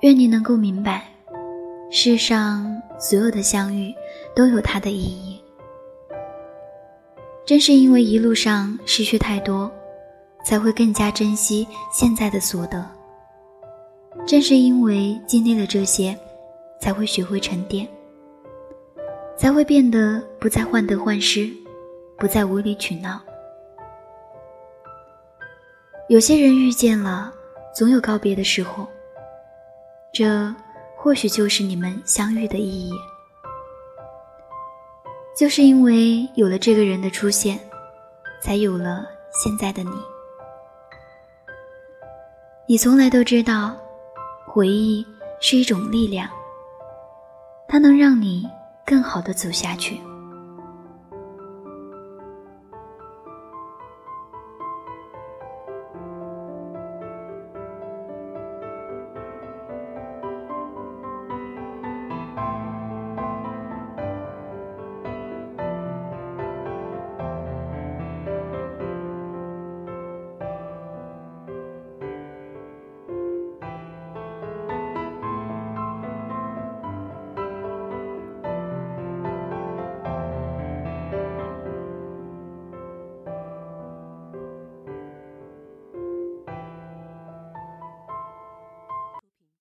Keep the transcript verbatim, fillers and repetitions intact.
愿你能够明白，世上所有的相遇都有它的意义。正是因为一路上失去太多，才会更加珍惜现在的所得。正是因为经历了这些，才会学会沉淀，才会变得不再患得患失，不再无理取闹。有些人遇见了，总有告别的时候，这或许就是你们相遇的意义。就是因为有了这个人的出现，才有了现在的你。你从来都知道，回忆是一种力量，它能让你更好地走下去。